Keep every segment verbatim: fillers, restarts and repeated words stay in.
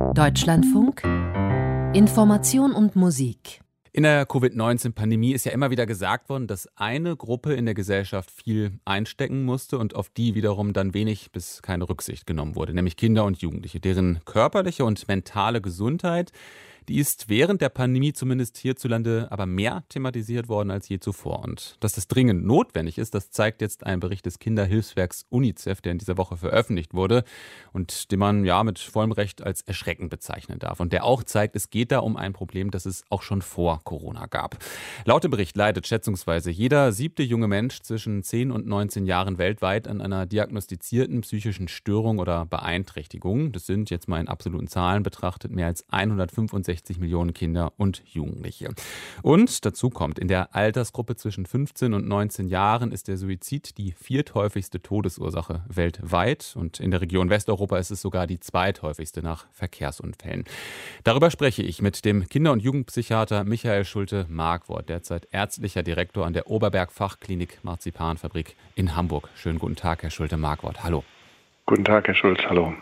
Deutschlandfunk Information und Musik. In der Covid neunzehn Pandemie ist ja immer wieder gesagt worden, dass eine Gruppe in der Gesellschaft viel einstecken musste und auf die wiederum dann wenig bis keine Rücksicht genommen wurde, nämlich Kinder und Jugendliche. Deren körperliche und mentale Gesundheit, die ist während der Pandemie zumindest hierzulande aber mehr thematisiert worden als je zuvor. Und dass das dringend notwendig ist, das zeigt jetzt ein Bericht des Kinderhilfswerks UNICEF, der in dieser Woche veröffentlicht wurde und den man ja mit vollem Recht als erschreckend bezeichnen darf. Und der auch zeigt, es geht da um ein Problem, das es auch schon vor Corona gab. Laut dem Bericht leidet schätzungsweise jeder siebte junge Mensch zwischen zehn und neunzehn Jahren weltweit an einer diagnostizierten psychischen Störung oder Beeinträchtigung. Das sind jetzt mal in absoluten Zahlen betrachtet mehr als hundertfünfundsechzig Millionen Kinder und Jugendliche. Und dazu kommt, in der Altersgruppe zwischen fünfzehn und neunzehn Jahren ist der Suizid die vierthäufigste Todesursache weltweit. Und in der Region Westeuropa ist es sogar die zweithäufigste nach Verkehrsunfällen. Darüber spreche ich mit dem Kinder- und Jugendpsychiater Michael Schulte-Markwort, derzeit ärztlicher Direktor an der Oberberg-Fachklinik Marzipanfabrik in Hamburg. Schönen guten Tag, Herr Schulte-Markwort. Hallo. Guten Tag, Herr Schulz. Hallo.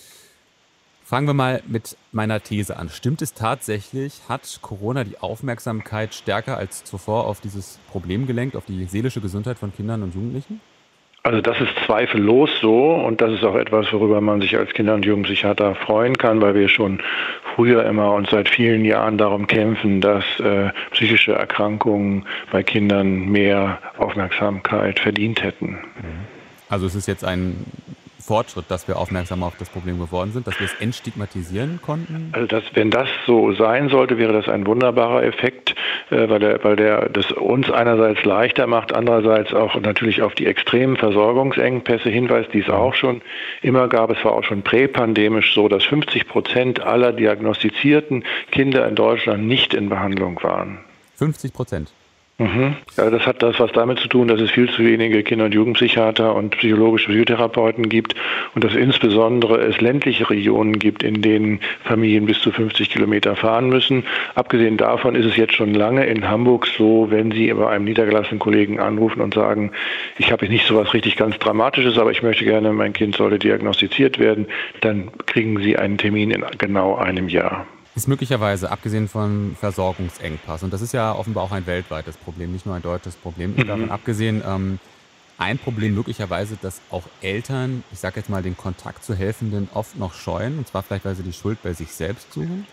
Fangen wir mal mit meiner These an. Stimmt es tatsächlich, hat Corona die Aufmerksamkeit stärker als zuvor auf dieses Problem gelenkt, auf die seelische Gesundheit von Kindern und Jugendlichen? Also das ist zweifellos so und das ist auch etwas, worüber man sich als Kinder- und Jugendpsychiater freuen kann, weil wir schon früher immer und seit vielen Jahren darum kämpfen, dass äh, psychische Erkrankungen bei Kindern mehr Aufmerksamkeit verdient hätten. Also es ist jetzt ein Fortschritt, dass wir aufmerksamer auf das Problem geworden sind, dass wir es entstigmatisieren konnten? Also das, wenn das so sein sollte, wäre das ein wunderbarer Effekt, äh, weil der, weil der das uns einerseits leichter macht, andererseits auch natürlich auf die extremen Versorgungsengpässe hinweist, die es auch schon immer gab. Es war auch schon präpandemisch so, dass fünfzig Prozent aller diagnostizierten Kinder in Deutschland nicht in Behandlung waren. fünfzig Prozent? Mhm. Ja, das hat das was damit zu tun, dass es viel zu wenige Kinder- und Jugendpsychiater und psychologische Psychotherapeuten gibt und dass insbesondere es ländliche Regionen gibt, in denen Familien bis zu fünfzig Kilometer fahren müssen. Abgesehen davon ist es jetzt schon lange in Hamburg so, wenn Sie bei einem niedergelassenen Kollegen anrufen und sagen, ich habe jetzt nicht so was richtig ganz Dramatisches, aber ich möchte gerne, mein Kind sollte diagnostiziert werden, dann kriegen Sie einen Termin in genau einem Jahr. Ist möglicherweise, abgesehen von Versorgungsengpass, und das ist ja offenbar auch ein weltweites Problem, nicht nur ein deutsches Problem, mhm. davon abgesehen, ähm, ein Problem möglicherweise, dass auch Eltern, ich sage jetzt mal, den Kontakt zu Helfenden oft noch scheuen, und zwar vielleicht, weil sie die Schuld bei sich selbst suchen?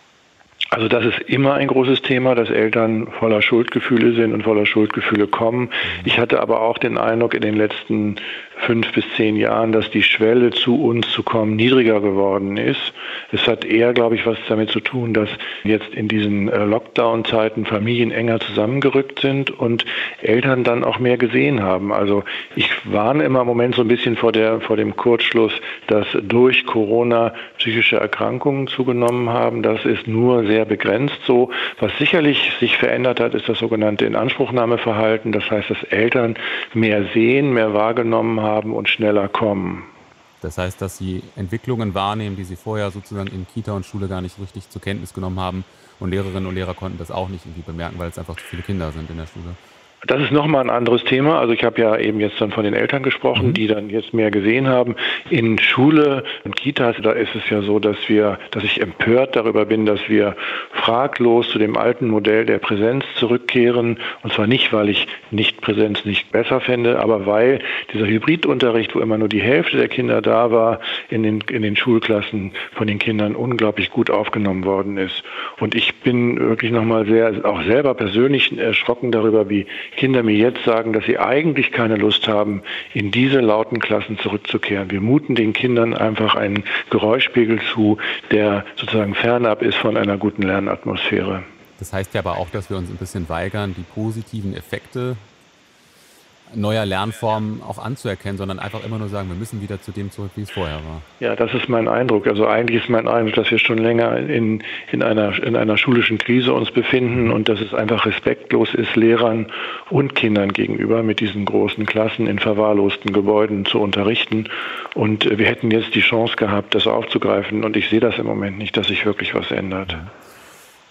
Also das ist immer ein großes Thema, dass Eltern voller Schuldgefühle sind und voller Schuldgefühle kommen. Ich hatte aber auch den Eindruck in den letzten fünf bis zehn Jahren, dass die Schwelle zu uns zu kommen niedriger geworden ist. Es hat eher, glaube ich, was damit zu tun, dass jetzt in diesen Lockdown-Zeiten Familien enger zusammengerückt sind und Eltern dann auch mehr gesehen haben. Also ich warne immer im Moment so ein bisschen vor der, vor dem Kurzschluss, dass durch Corona psychische Erkrankungen zugenommen haben. Das ist nur sehr begrenzt so. Was sicherlich sich verändert hat, ist das sogenannte Inanspruchnahmeverhalten. Das heißt, dass Eltern mehr sehen, mehr wahrgenommen haben und schneller kommen. Das heißt, dass sie Entwicklungen wahrnehmen, die sie vorher sozusagen in Kita und Schule gar nicht richtig zur Kenntnis genommen haben. Und Lehrerinnen und Lehrer konnten das auch nicht irgendwie bemerken, weil es einfach zu viele Kinder sind in der Schule. Das ist nochmal ein anderes Thema. Also ich habe ja eben jetzt dann von den Eltern gesprochen, mhm. die dann jetzt mehr gesehen haben. In Schule und Kitas, da ist es ja so, dass wir, dass ich empört darüber bin, dass wir fraglos zu dem alten Modell der Präsenz zurückkehren. Und zwar nicht, weil ich nicht Präsenz nicht besser fände, aber weil dieser Hybridunterricht, wo immer nur die Hälfte der Kinder da war, in den, in den Schulklassen von den Kindern unglaublich gut aufgenommen worden ist. Und ich bin wirklich nochmal sehr, auch selber persönlich erschrocken darüber, wie Kinder mir jetzt sagen, dass sie eigentlich keine Lust haben, in diese lauten Klassen zurückzukehren. Wir muten den Kindern einfach einen Geräuschpegel zu, der sozusagen fernab ist von einer guten Lernatmosphäre. Das heißt ja aber auch, dass wir uns ein bisschen weigern, die positiven Effekte neuer Lernformen auch anzuerkennen, sondern einfach immer nur sagen, wir müssen wieder zu dem zurück, wie es vorher war. Ja, das ist mein Eindruck. Also eigentlich ist mein Eindruck, dass wir schon länger in, in, einer, in einer schulischen Krise uns befinden und dass es einfach respektlos ist, Lehrern und Kindern gegenüber mit diesen großen Klassen in verwahrlosten Gebäuden zu unterrichten. Und wir hätten jetzt die Chance gehabt, das aufzugreifen und ich sehe das im Moment nicht, dass sich wirklich was ändert.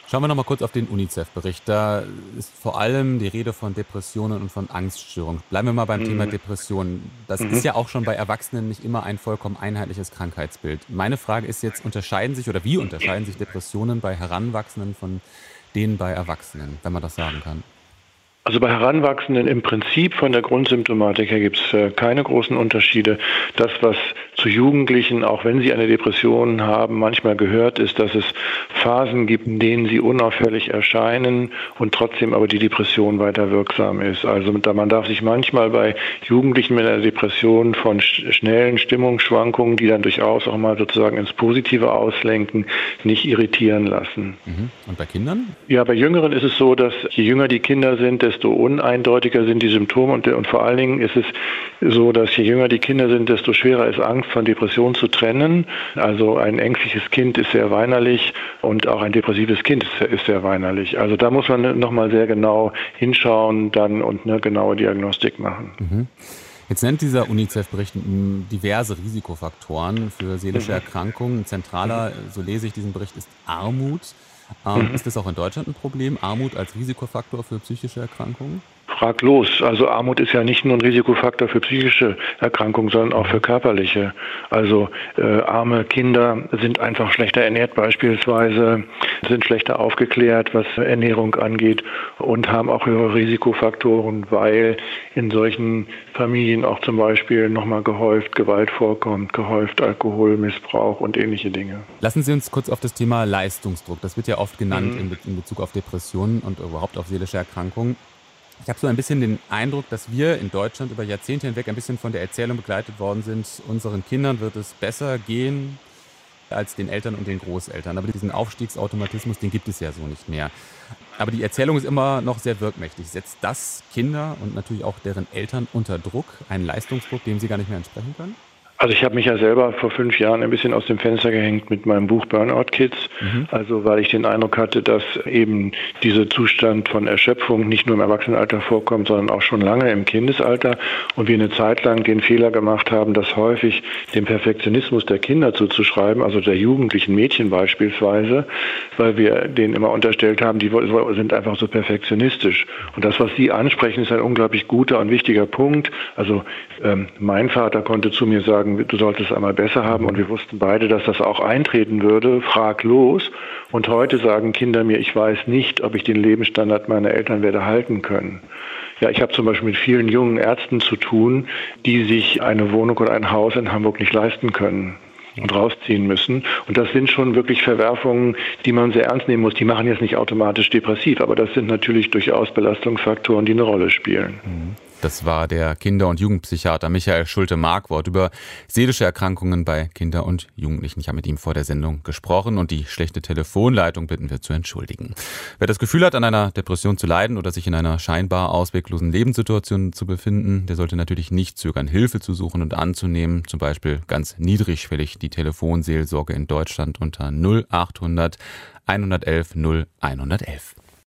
Schauen wir noch mal kurz auf den UNICEF-Bericht. Da ist vor allem die Rede von Depressionen und von Angststörungen. Bleiben wir mal beim mhm. Thema Depressionen. Das mhm. ist ja auch schon bei Erwachsenen nicht immer ein vollkommen einheitliches Krankheitsbild. Meine Frage ist jetzt, unterscheiden sich oder wie unterscheiden sich Depressionen bei Heranwachsenden von denen bei Erwachsenen, wenn man das sagen kann? Also bei Heranwachsenden im Prinzip von der Grundsymptomatik her gibt es äh, keine großen Unterschiede. Das, was zu Jugendlichen, auch wenn sie eine Depression haben, manchmal gehört, ist, dass es Phasen gibt, in denen sie unauffällig erscheinen und trotzdem aber die Depression weiter wirksam ist. Also da man darf sich manchmal bei Jugendlichen mit einer Depression von sch- schnellen Stimmungsschwankungen, die dann durchaus auch mal sozusagen ins Positive auslenken, nicht irritieren lassen. Mhm. Und bei Kindern? Ja, bei Jüngeren ist es so, dass je jünger die Kinder sind, desto uneindeutiger sind die Symptome und, und vor allen Dingen ist es so, dass je jünger die Kinder sind, desto schwerer ist Angst von Depression zu trennen. Also ein ängstliches Kind ist sehr weinerlich und auch ein depressives Kind ist, ist sehr weinerlich. Also da muss man nochmal sehr genau hinschauen dann und eine genaue Diagnostik machen. Mhm. Jetzt nennt dieser UNICEF-Bericht diverse Risikofaktoren für seelische mhm. Erkrankungen. Ein zentraler, so lese ich diesen Bericht, ist Armut. Ähm, mhm. Ist das auch in Deutschland ein Problem, Armut als Risikofaktor für psychische Erkrankungen? Fraglos. Also Armut ist ja nicht nur ein Risikofaktor für psychische Erkrankungen, sondern auch für körperliche. Also äh, arme Kinder sind einfach schlechter ernährt beispielsweise, sind schlechter aufgeklärt, was Ernährung angeht und haben auch höhere Risikofaktoren, weil in solchen Familien auch zum Beispiel nochmal gehäuft Gewalt vorkommt, gehäuft Alkoholmissbrauch und ähnliche Dinge. Lassen Sie uns kurz auf das Thema Leistungsdruck, das wird ja oft genannt mhm. in, Be- in Bezug auf Depressionen und überhaupt auf seelische Erkrankungen. Ich habe so ein bisschen den Eindruck, dass wir in Deutschland über Jahrzehnte hinweg ein bisschen von der Erzählung begleitet worden sind, unseren Kindern wird es besser gehen als den Eltern und den Großeltern. Aber diesen Aufstiegsautomatismus, den gibt es ja so nicht mehr. Aber die Erzählung ist immer noch sehr wirkmächtig. Setzt das Kinder und natürlich auch deren Eltern unter Druck, einen Leistungsdruck, dem sie gar nicht mehr entsprechen können? Also ich habe mich ja selber vor fünf Jahren ein bisschen aus dem Fenster gehängt mit meinem Buch Burnout Kids. Mhm. Also weil ich den Eindruck hatte, dass eben dieser Zustand von Erschöpfung nicht nur im Erwachsenenalter vorkommt, sondern auch schon lange im Kindesalter. Und wir eine Zeit lang den Fehler gemacht haben, das häufig dem Perfektionismus der Kinder zuzuschreiben, also der jugendlichen Mädchen beispielsweise, weil wir denen immer unterstellt haben, die sind einfach so perfektionistisch. Und das, was Sie ansprechen, ist ein unglaublich guter und wichtiger Punkt. Also ähm, mein Vater konnte zu mir sagen, du solltest es einmal besser haben und wir wussten beide, dass das auch eintreten würde, fraglos. Und heute sagen Kinder mir, ich weiß nicht, ob ich den Lebensstandard meiner Eltern werde halten können. Ja, ich habe zum Beispiel mit vielen jungen Ärzten zu tun, die sich eine Wohnung oder ein Haus in Hamburg nicht leisten können und rausziehen müssen. Und das sind schon wirklich Verwerfungen, die man sehr ernst nehmen muss. Die machen jetzt nicht automatisch depressiv, aber das sind natürlich durchaus Belastungsfaktoren, die eine Rolle spielen. Das war der Kinder- und Jugendpsychiater Michael Schulte-Markwort über seelische Erkrankungen bei Kinder- und Jugendlichen. Ich habe mit ihm vor der Sendung gesprochen und die schlechte Telefonleitung bitten wir zu entschuldigen. Wer das Gefühl hat, an einer Depression zu leiden oder sich in einer scheinbar ausweglosen Lebenssituation zu befinden, der sollte natürlich nicht zögern, Hilfe zu suchen und anzunehmen. Zum Beispiel ganz niedrigschwellig die Telefonseelsorge in Deutschland unter null achthundert einhundertelf null einhundertelf.